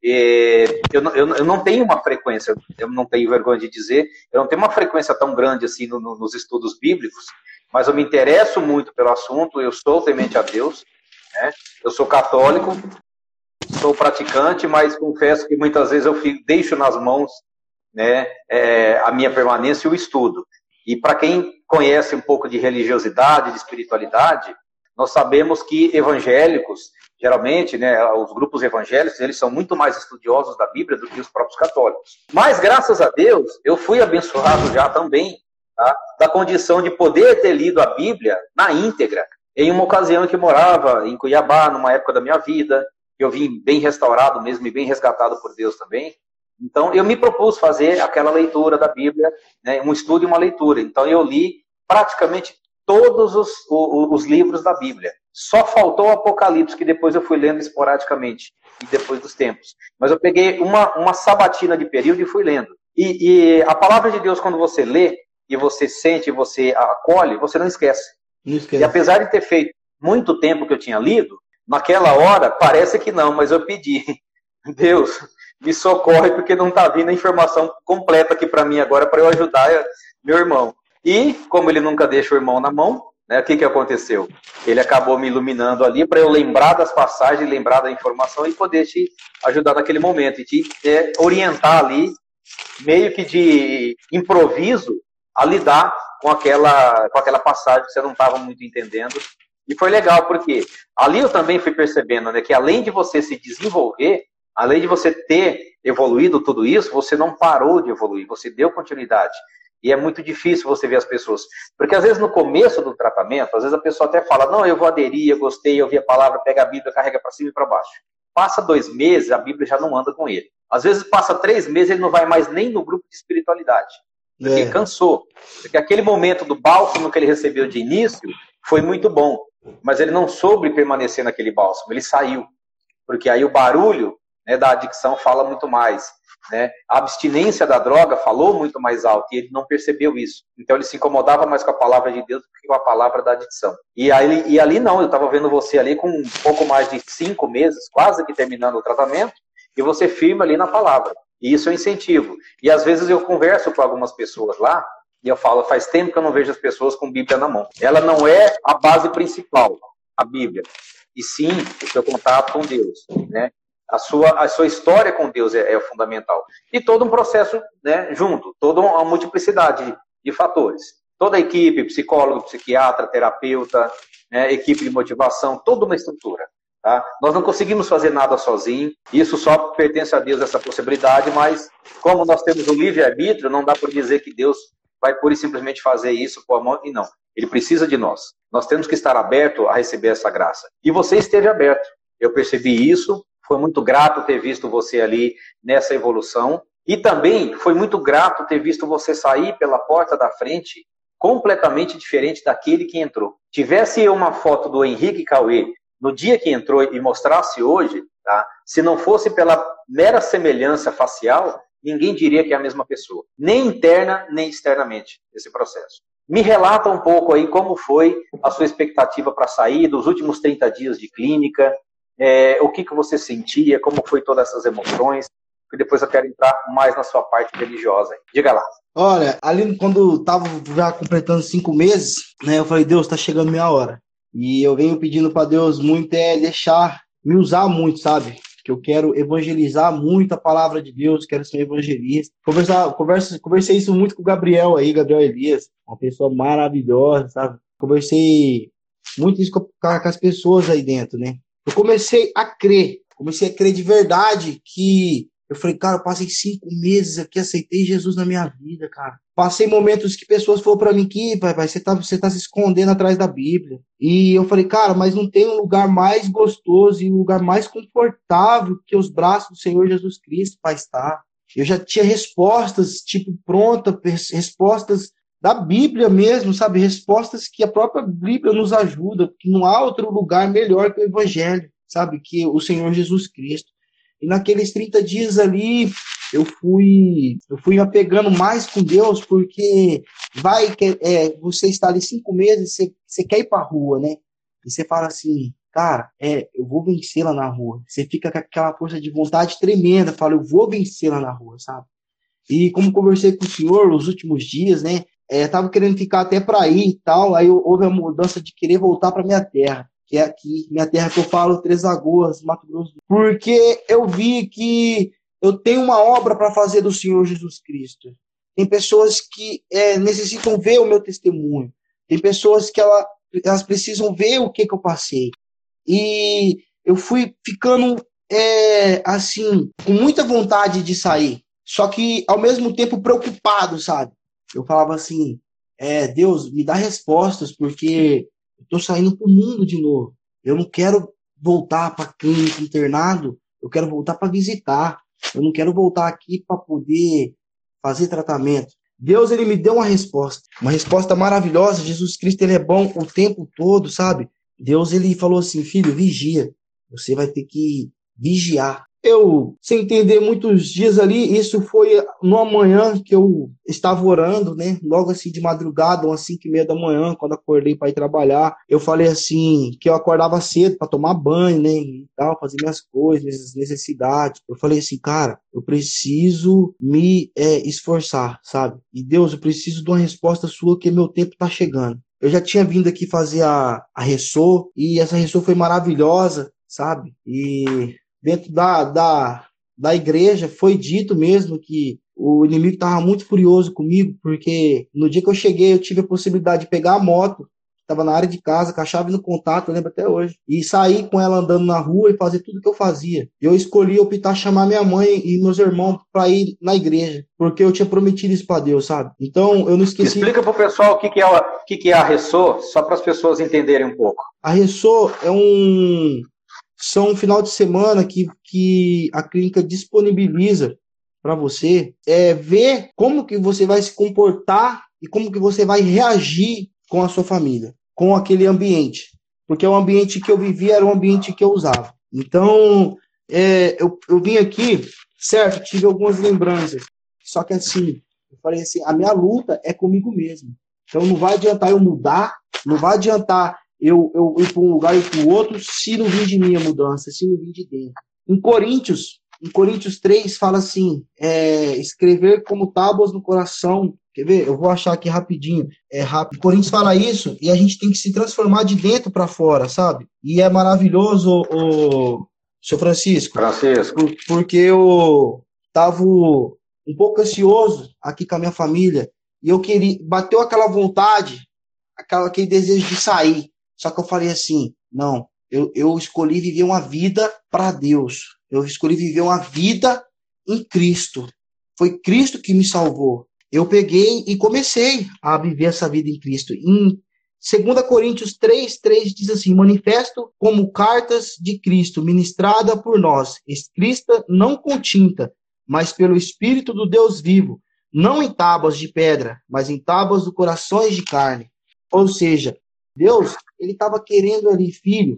eu não tenho uma frequência, eu não tenho vergonha de dizer, eu não tenho uma frequência tão grande assim nos estudos bíblicos, mas eu me interesso muito pelo assunto, eu sou temente a Deus, né? Eu sou católico, sou praticante, mas confesso que muitas vezes eu deixo nas mãos, né, a minha permanência e o estudo. E para quem conhece um pouco de religiosidade, de espiritualidade, nós sabemos que evangélicos, geralmente, né, os grupos evangélicos, eles são muito mais estudiosos da Bíblia do que os próprios católicos. Mas, graças a Deus, eu fui abençoado já também, tá, da condição de poder ter lido a Bíblia na íntegra, em uma ocasião que eu morava em Cuiabá, numa época da minha vida, eu vim bem restaurado mesmo e bem resgatado por Deus também. Então, eu me propus fazer aquela leitura da Bíblia, né, um estudo e uma leitura. Então, eu li praticamente todos os livros da Bíblia. Só faltou o Apocalipse, que depois eu fui lendo esporadicamente, e depois dos tempos. Mas eu peguei uma sabatina de período e fui lendo. E a palavra de Deus, quando você lê, e você sente, e você acolhe, você não esquece. Não esquece. E apesar de ter feito muito tempo que eu tinha lido, naquela hora, parece que não, mas eu pedi, Deus, me socorre, porque não está vindo a informação completa aqui para mim agora, para eu ajudar meu irmão. E, como ele nunca deixa o irmão na mão, né, o que aconteceu? Ele acabou me iluminando ali para eu lembrar das passagens, lembrar da informação e poder te ajudar naquele momento, e te orientar ali, meio que de improviso, a lidar com aquela passagem que você não estava muito entendendo. E foi legal, porque ali eu também fui percebendo, né, que além de você se desenvolver, além de você ter evoluído tudo isso, você não parou de evoluir, você deu continuidade. E é muito difícil você ver as pessoas. Porque às vezes no começo do tratamento, às vezes a pessoa até fala, não, eu vou aderir, eu gostei, eu ouvi a palavra, pega a Bíblia, carrega para cima e para baixo. Passa 2 meses, a Bíblia já não anda com ele. Às vezes passa 3 meses, ele não vai mais nem no grupo de espiritualidade. Porque cansou. Porque aquele momento do bálsamo que ele recebeu de início foi muito bom. Mas ele não soube permanecer naquele bálsamo, ele saiu. Porque aí o barulho, né, da adicção fala muito mais. Né? A abstinência da droga falou muito mais alto e ele não percebeu isso. Então ele se incomodava mais com a palavra de Deus do que com a palavra da adicção. E ali não, eu estava vendo você ali com um pouco mais de 5 meses, quase que terminando o tratamento, e você firme ali na palavra. E isso eu incentivo. E às vezes eu converso com algumas pessoas lá e eu falo, faz tempo que eu não vejo as pessoas com Bíblia na mão. Ela não é a base principal, a Bíblia, e sim o seu contato com Deus, né? A sua história com Deus é fundamental. E todo um processo, né, junto, toda uma multiplicidade de fatores. Toda a equipe, psicólogo, psiquiatra, terapeuta, né, equipe de motivação, toda uma estrutura. Tá? Nós não conseguimos fazer nada sozinho, isso só pertence a Deus, essa possibilidade, mas como nós temos o livre-arbítrio, não dá por dizer que Deus vai pura e simplesmente fazer isso com a mão, e não. Ele precisa de nós. Nós temos que estar aberto a receber essa graça. E você esteve aberto. Eu percebi isso. Foi muito grato ter visto você ali nessa evolução. E também foi muito grato ter visto você sair pela porta da frente completamente diferente daquele que entrou. Tivesse uma foto do Henrique Cauê no dia que entrou e mostrasse hoje, tá? Se não fosse pela mera semelhança facial, ninguém diria que é a mesma pessoa. Nem interna, nem externamente, esse processo. Me relata um pouco aí como foi a sua expectativa para sair dos últimos 30 dias de clínica. O que você sentia, como foi todas essas emoções, que depois eu quero entrar mais na sua parte religiosa. Diga lá. Olha, ali quando eu tava já completando 5 meses, né, eu falei, Deus, tá chegando minha hora. E eu venho pedindo para Deus muito deixar me usar muito, sabe? Que eu quero evangelizar muito a palavra de Deus, quero ser um evangelista. Conversei isso muito com o Gabriel Elias, uma pessoa maravilhosa, sabe? Conversei muito isso com as pessoas aí dentro, né? Eu comecei a crer de verdade que... Eu falei, cara, eu passei 5 meses aqui, aceitei Jesus na minha vida, cara. Passei momentos que pessoas falaram pra mim que, pai, você tá se escondendo atrás da Bíblia. E eu falei, cara, mas não tem um lugar mais gostoso e um lugar mais confortável que os braços do Senhor Jesus Cristo para estar. Eu já tinha respostas, tipo, pronta, respostas da Bíblia mesmo, sabe? Respostas que a própria Bíblia nos ajuda, que não há outro lugar melhor que o Evangelho, sabe? Que o Senhor Jesus Cristo. E naqueles 30 dias ali, eu fui me apegando mais com Deus, porque você está ali 5 meses, você quer ir para a rua, né? E você fala assim, cara, eu vou vencer lá na rua. Você fica com aquela força de vontade tremenda, fala, eu vou vencer lá na rua, sabe? E como conversei com o senhor nos últimos dias, né? Tava querendo ficar até para ir e tal, aí houve a mudança de querer voltar para minha terra, que é aqui, minha terra que eu falo, Três Lagoas, Mato Grosso. Porque eu vi que eu tenho uma obra para fazer do Senhor Jesus Cristo. Tem pessoas que necessitam ver o meu testemunho. Tem pessoas que elas precisam ver o que eu passei. E eu fui ficando, assim, com muita vontade de sair. Só que, ao mesmo tempo, preocupado, sabe? Eu falava assim, Deus, me dá respostas, porque eu tô saindo pro mundo de novo. Eu não quero voltar para clínica, internado, eu quero voltar para visitar. Eu não quero voltar aqui para poder fazer tratamento. Deus, ele me deu uma resposta maravilhosa. Jesus Cristo, ele é bom o tempo todo, sabe? Deus, ele falou assim, filho, vigia. Você vai ter que vigiar. Eu, sem entender muitos dias ali, isso foi numa manhã que eu estava orando, né? Logo assim de madrugada, umas 5:30 da manhã, quando acordei para ir trabalhar, eu falei assim, que eu acordava cedo para tomar banho, né? E tal, fazer minhas coisas, minhas necessidades. Eu falei assim, cara, eu preciso me esforçar, sabe? E Deus, eu preciso de uma resposta sua, que meu tempo tá chegando. Eu já tinha vindo aqui fazer a Ressô, e essa Ressô foi maravilhosa, sabe? E dentro da igreja foi dito mesmo que o inimigo estava muito furioso comigo, porque no dia que eu cheguei eu tive a possibilidade de pegar a moto, estava na área de casa, com a chave no contato, eu lembro até hoje, e sair com ela andando na rua e fazer tudo que eu fazia. Eu escolhi optar chamar minha mãe e meus irmãos para ir na igreja, porque eu tinha prometido isso para Deus, sabe? Então eu não esqueci. Explica para o pessoal o que é a Ressô, só para as pessoas entenderem um pouco. A Ressô são um final de semana que a clínica disponibiliza para você ver como que você vai se comportar e como que você vai reagir com a sua família, com aquele ambiente. Porque o ambiente que eu vivia era o ambiente que eu usava. Então, eu vim aqui, certo, tive algumas lembranças. Só que assim, eu falei assim, a minha luta é comigo mesmo. Então não vai adiantar eu mudar, não vai adiantar eu ir para um lugar e para o outro, se não vir de mim a mudança, se não vir de dentro. Em Coríntios 3 fala assim, escrever como tábuas no coração. Quer ver? Eu vou achar aqui rapidinho. Rápido. Coríntios fala isso, e a gente tem que se transformar de dentro para fora, sabe? E é maravilhoso, seu Francisco. Porque eu estava um pouco ansioso aqui com a minha família, e eu queria, bateu aquela vontade, aquele desejo de sair. Só que eu falei assim, não, eu escolhi viver uma vida para Deus. Eu escolhi viver uma vida em Cristo. Foi Cristo que me salvou. Eu peguei e comecei a viver essa vida em Cristo. Em 2 Coríntios 3:3 diz assim, manifesto como cartas de Cristo, ministrada por nós, escrita não com tinta, mas pelo Espírito do Deus vivo, não em tábuas de pedra, mas em tábuas do corações de carne. Ou seja, Deus, ele estava querendo ali, filho,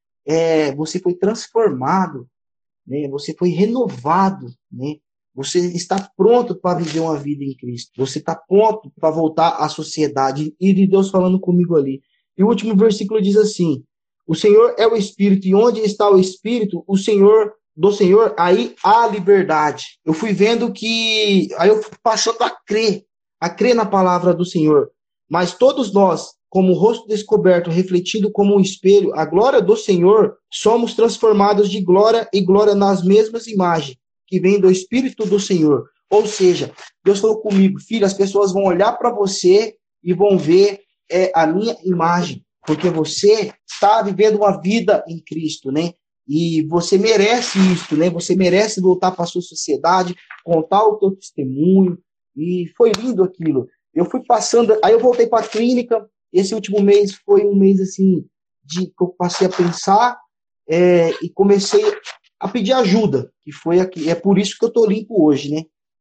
você foi transformado, né? Você foi renovado, né? Você está pronto para viver uma vida em Cristo. Você está pronto para voltar à sociedade. E de Deus falando comigo ali. E o último versículo diz assim, o Senhor é o Espírito, e onde está o Espírito, do Senhor, aí há liberdade. Eu fui vendo que, aí eu fui passando a crer na palavra do Senhor. Mas todos nós, como o rosto descoberto, refletindo como um espelho a glória do Senhor, somos transformados de glória em glória nas mesmas imagens que vêm do Espírito do Senhor. Ou seja, Deus falou comigo, filho, as pessoas vão olhar para você e vão ver a minha imagem, porque você está vivendo uma vida em Cristo, né? E você merece isso, né? Você merece voltar para a sua sociedade, contar o teu testemunho, e foi lindo aquilo. Eu fui passando, aí eu voltei para a clínica. Esse último mês foi um mês assim que eu passei a pensar e comecei a pedir ajuda, que foi aqui. É por isso que eu estou limpo hoje, né?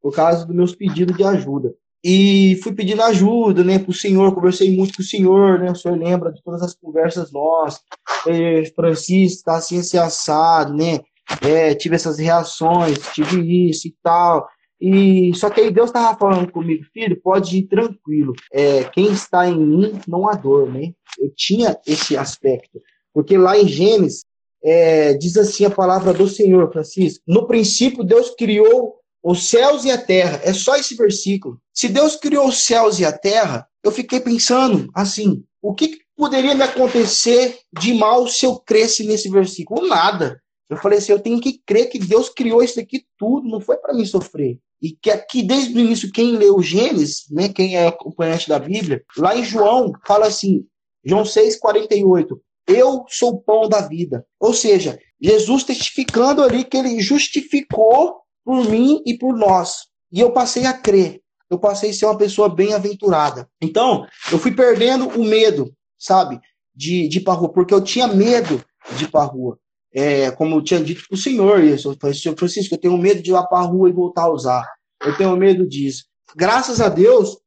por causa dos meus pedidos de ajuda. E fui pedindo ajuda, né, para o senhor, conversei muito com o senhor, né, o senhor lembra de todas as conversas nossas, Francisco, está assim, assim, assado, né, tive essas reações, tive isso e tal, e só que aí Deus estava falando comigo, filho, pode ir tranquilo, quem está em mim não há dor, né, eu tinha esse aspecto, porque lá em Gênesis, diz assim a palavra do Senhor, Francisco, no princípio Deus criou os céus e a terra, é só esse versículo. Se Deus criou os céus e a terra, eu fiquei pensando assim, o que poderia me acontecer de mal se eu cresce nesse versículo? Nada. Eu falei assim, eu tenho que crer que Deus criou isso aqui tudo, não foi para mim sofrer. E que aqui, desde o início, quem leu Gênesis, né, quem é acompanhante da Bíblia, lá em João, fala assim, João 6,48, eu sou o pão da vida. Ou seja, Jesus testificando ali que ele justificou por mim e por nós. E eu passei a crer. Eu passei a ser uma pessoa bem-aventurada. Então, eu fui perdendo o medo, sabe, de ir para a rua, porque eu tinha medo de ir para a rua. Como eu tinha dito para o senhor isso. Eu falei, senhor Francisco, eu tenho medo de ir lá para a rua e voltar a usar. Eu tenho medo disso. Graças a Deus,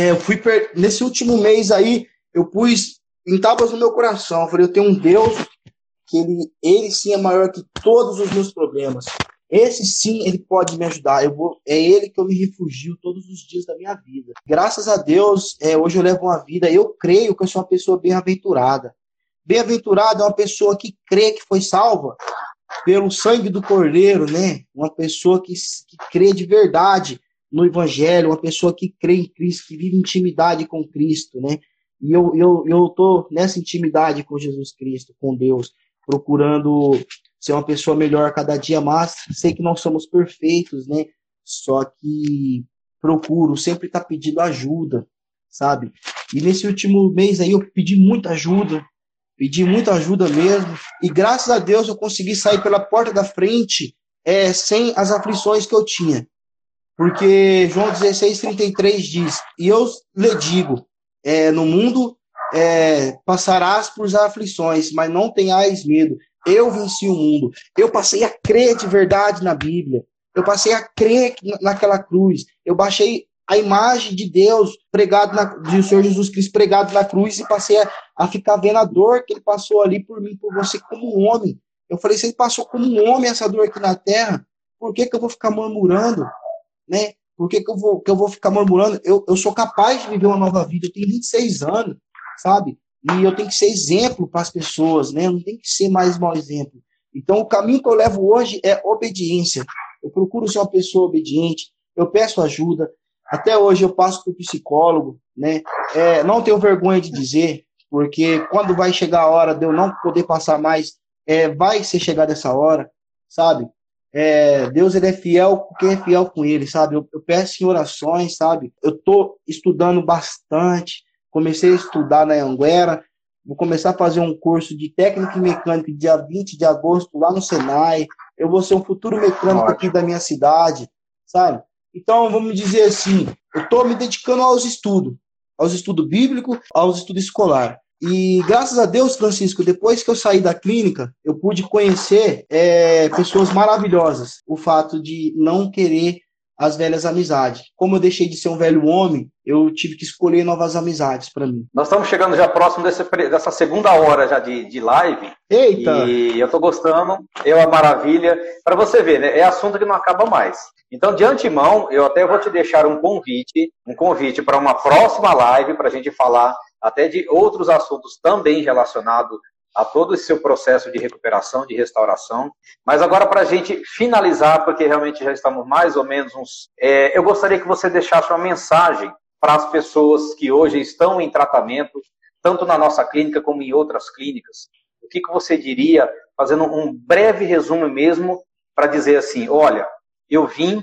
nesse último mês aí, eu pus em tábuas no meu coração. Eu falei, eu tenho um Deus que ele sim é maior que todos os meus problemas. Esse sim, ele pode me ajudar. É ele que eu me refugio todos os dias da minha vida. Graças a Deus, hoje eu levo uma vida, eu creio que eu sou uma pessoa bem-aventurada. Bem-aventurada é uma pessoa que crê que foi salva pelo sangue do Cordeiro, né? Uma pessoa que crê de verdade no Evangelho, uma pessoa que crê em Cristo, que vive intimidade com Cristo, né? E eu tô nessa intimidade com Jesus Cristo, com Deus, procurando ser uma pessoa melhor cada dia mais. Sei que não somos perfeitos, né? Só que procuro sempre estar pedindo ajuda, sabe? E nesse último mês aí eu pedi muita ajuda mesmo. E graças a Deus eu consegui sair pela porta da frente sem as aflições que eu tinha. Porque João 16:33 diz, e eu lhe digo, no mundo passarás por aflições, mas não tenhais medo. Eu venci o mundo. Eu passei a crer de verdade na Bíblia. Eu passei a crer naquela cruz. Eu baixei a imagem de Deus do Senhor Jesus Cristo pregado na cruz e passei a ficar vendo a dor que ele passou ali por mim, por você, como um homem. Eu falei, se ele passou como um homem essa dor aqui na terra, por que eu vou ficar murmurando? Né? Por que eu vou ficar murmurando? Eu sou capaz de viver uma nova vida. Eu tenho 26 anos, sabe? E eu tenho que ser exemplo para as pessoas, né? Eu não tenho que ser mais mau exemplo. Então, o caminho que eu levo hoje é obediência. Eu procuro ser uma pessoa obediente, eu peço ajuda. Até hoje eu passo por psicólogo, né? Não tenho vergonha de dizer, porque quando vai chegar a hora de eu não poder passar mais, vai ser chegada essa hora, sabe? Deus, ele é fiel porque é fiel com ele, sabe? Eu peço em orações, sabe? Eu estou estudando bastante. Comecei a estudar na Anguera, vou começar a fazer um curso de técnica e mecânica dia 20 de agosto lá no Senai. Eu vou ser um futuro mecânico aqui da minha cidade, sabe? Então, vamos dizer assim, eu estou me dedicando aos estudos bíblicos, aos estudos escolares. E graças a Deus, Francisco, depois que eu saí da clínica, eu pude conhecer pessoas maravilhosas. O fato de não querer as velhas amizades. Como eu deixei de ser um velho homem, eu tive que escolher novas amizades para mim. Nós estamos chegando já próximo dessa segunda hora já de live. Eita! E eu estou gostando, a maravilha. Para você ver, né? É assunto que não acaba mais. Então, de antemão, eu até vou te deixar um convite para uma próxima live, para a gente falar até de outros assuntos também relacionados a todo esse seu processo de recuperação, de restauração. Mas agora, para a gente finalizar, porque realmente já estamos mais ou menos eu gostaria que você deixasse uma mensagem para as pessoas que hoje estão em tratamento, tanto na nossa clínica como em outras clínicas. O que você diria, fazendo um breve resumo mesmo, para dizer assim, olha, eu vi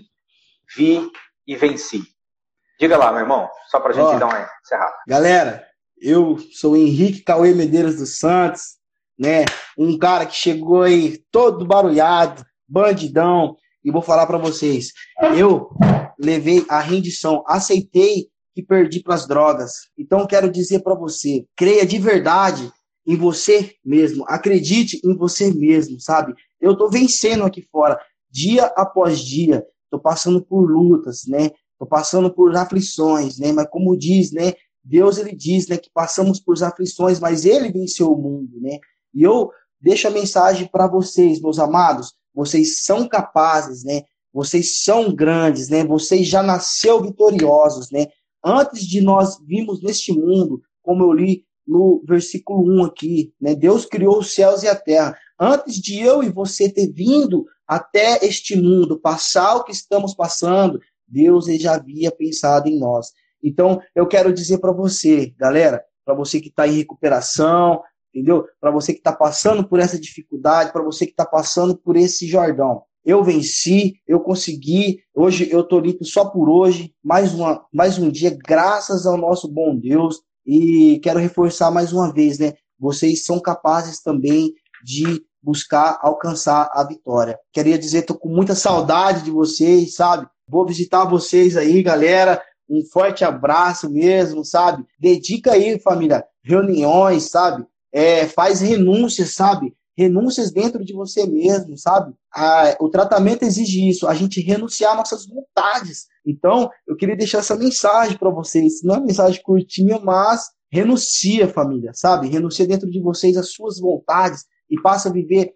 e venci. Diga lá, meu irmão, só para a gente dar uma encerrada. Galera, eu sou Henrique Cauê Medeiros dos Santos, né? Um cara que chegou aí todo barulhado, bandidão, e vou falar para vocês, eu levei a rendição, aceitei que perdi para as drogas. Então quero dizer para você, creia de verdade em você mesmo, acredite em você mesmo, sabe? Eu tô vencendo aqui fora, dia após dia. estou passando por lutas, né? Estou passando por aflições, né? Mas como diz, né? Deus, ele diz, né, que passamos por aflições, mas ele venceu o mundo, né? E eu deixo a mensagem para vocês, meus amados, vocês são capazes, né? Vocês são grandes, né? Vocês já nasceram vitoriosos, né? Antes de nós virmos neste mundo, como eu li no versículo 1 aqui, né? Deus criou os céus e a terra. Antes de eu e você ter vindo até este mundo, passar o que estamos passando, Deus ele já havia pensado em nós. Então, eu quero dizer para você, galera, para você que está em recuperação, entendeu? Para você que está passando por essa dificuldade, para você que está passando por esse Jordão. Eu venci, eu consegui, hoje eu estou limpo só por hoje, mais um dia, graças ao nosso bom Deus. E quero reforçar mais uma vez, né? Vocês são capazes também de buscar alcançar a vitória. Queria dizer, estou com muita saudade de vocês, sabe? Vou visitar vocês aí, galera. Um forte abraço mesmo, sabe? Dedica aí, família, reuniões, sabe? Faz renúncias, sabe? Renúncias dentro de você mesmo, sabe? O tratamento exige isso, a gente renunciar nossas vontades. Então, eu queria deixar essa mensagem para vocês. Não é uma mensagem curtinha, mas renuncia, família, sabe? Renuncia dentro de vocês as suas vontades e passa a viver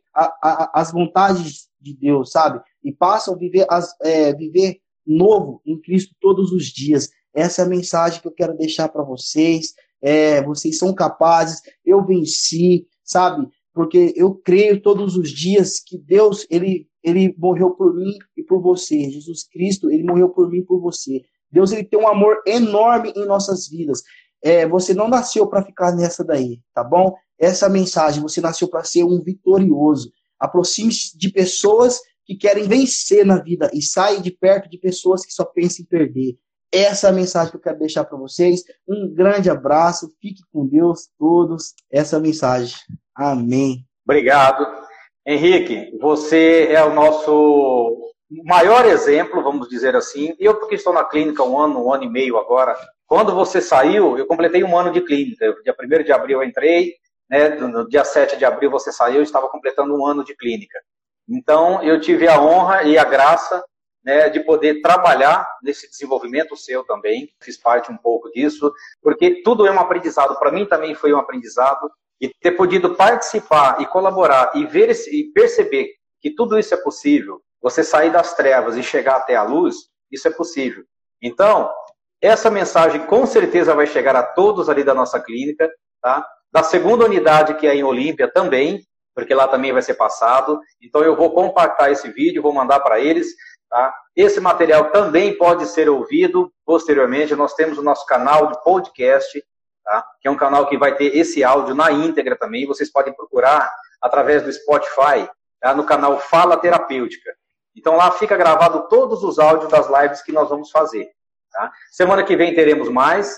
as vontades de Deus, sabe? E passa a viver, viver novo em Cristo todos os dias. Essa é a mensagem que eu quero deixar para vocês. Vocês são capazes, eu venci, sabe? Porque eu creio todos os dias que Deus, ele morreu por mim e por você. Jesus Cristo, ele morreu por mim e por você. Deus, ele tem um amor enorme em nossas vidas. Você não nasceu para ficar nessa daí, tá bom? Essa mensagem, você nasceu para ser um vitorioso. Aproxime-se de pessoas que querem vencer na vida e saia de perto de pessoas que só pensam em perder. Essa é a mensagem que eu quero deixar para vocês. Um grande abraço, fique com Deus todos. Essa é a mensagem. Amém. Obrigado. Henrique, você é o nosso maior exemplo, vamos dizer assim. Eu, porque estou na clínica um ano e meio agora. Quando você saiu, eu completei um ano de clínica. Dia 1º de abril eu entrei, né? No dia 7 de abril você saiu, eu estava completando um ano de clínica. Então, eu tive a honra e a graça, né, de poder trabalhar nesse desenvolvimento seu também. Fiz parte um pouco disso, porque tudo é um aprendizado. Para mim também foi um aprendizado. E ter podido participar e colaborar e ver e perceber que tudo isso é possível, você sair das trevas e chegar até a luz, isso é possível. Então, essa mensagem com certeza vai chegar a todos ali da nossa clínica, tá? Da segunda unidade, que é em Olímpia, também, porque lá também vai ser passado. Então, eu vou compactar esse vídeo, vou mandar para eles, tá? Esse material também pode ser ouvido posteriormente. Nós temos o nosso canal de podcast, tá? Que é um canal que vai ter esse áudio na íntegra também. Vocês podem procurar através do Spotify, tá? No canal Fala Terapêutica. Então lá fica gravado todos os áudios das lives que nós vamos fazer. Tá? Semana que vem teremos mais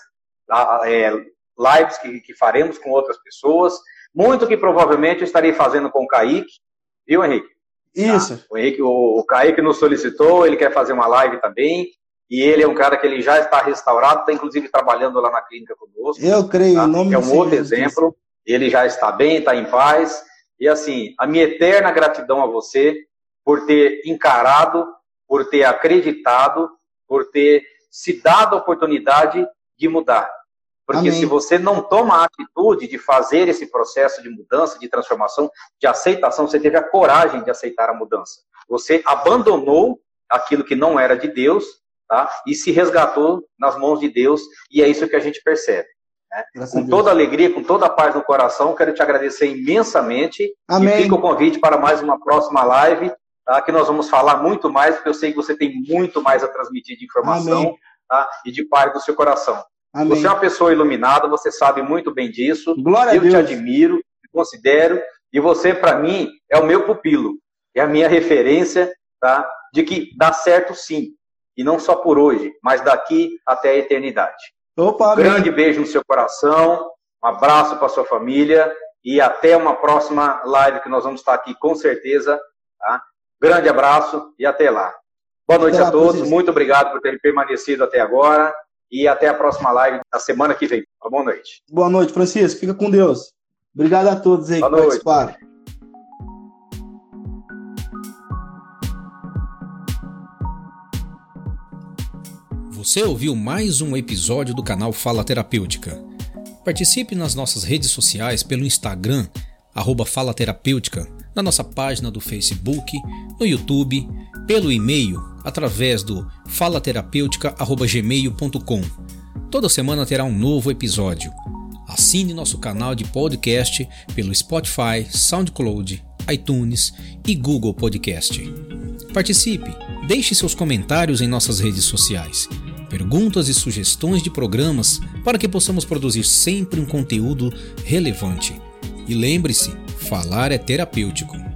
lives que faremos com outras pessoas. Muito que provavelmente eu estarei fazendo com o Kaique. Viu, Henrique? Isso. Tá? O Kaique nos solicitou, ele quer fazer uma live também. E ele é um cara que ele já está restaurado, está inclusive trabalhando lá na clínica conosco. Eu creio, tá? em nome É um outro Jesus. exemplo. Ele já está bem, está em paz. E assim, a minha eterna gratidão a você por ter encarado, por ter acreditado, por ter se dado a oportunidade de mudar. Porque Amém. Se você não toma a atitude de fazer esse processo de mudança, de transformação, de aceitação, você teve a coragem de aceitar a mudança. Você abandonou aquilo que não era de Deus, tá? E se resgatou nas mãos de Deus, e é isso que a gente percebe. Né? Com toda alegria, com toda a paz no coração, quero te agradecer imensamente. Amém. E fica o convite para mais uma próxima live, tá? Que nós vamos falar muito mais, porque eu sei que você tem muito mais a transmitir de informação, tá? E de paz do seu coração. Amém. Você é uma pessoa iluminada, você sabe muito bem disso. Glória a Deus. Eu te admiro, te considero, e você, para mim, é o meu pupilo. É a minha referência, tá? De que dá certo sim. E não só por hoje, mas daqui até a eternidade. Opa, um grande beijo no seu coração, um abraço para sua família e até uma próxima live que nós vamos estar aqui com certeza. Tá? Grande abraço e até lá. Boa noite a todos, muito obrigado por terem permanecido até agora e até a próxima live da semana que vem. Boa noite. Boa noite, Francisco. Fica com Deus. Obrigado a todos aí que participaram. Você ouviu mais um episódio do canal Fala Terapêutica. Participe nas nossas redes sociais pelo Instagram, @Fala Terapêutica, na nossa página do Facebook, no YouTube, pelo e-mail, através do falaterapeutica@gmail.com. Toda semana terá um novo episódio. Assine nosso canal de podcast pelo Spotify, SoundCloud, iTunes e Google Podcast. Participe, deixe seus comentários em nossas redes sociais, perguntas e sugestões de programas para que possamos produzir sempre um conteúdo relevante. E lembre-se, falar é terapêutico.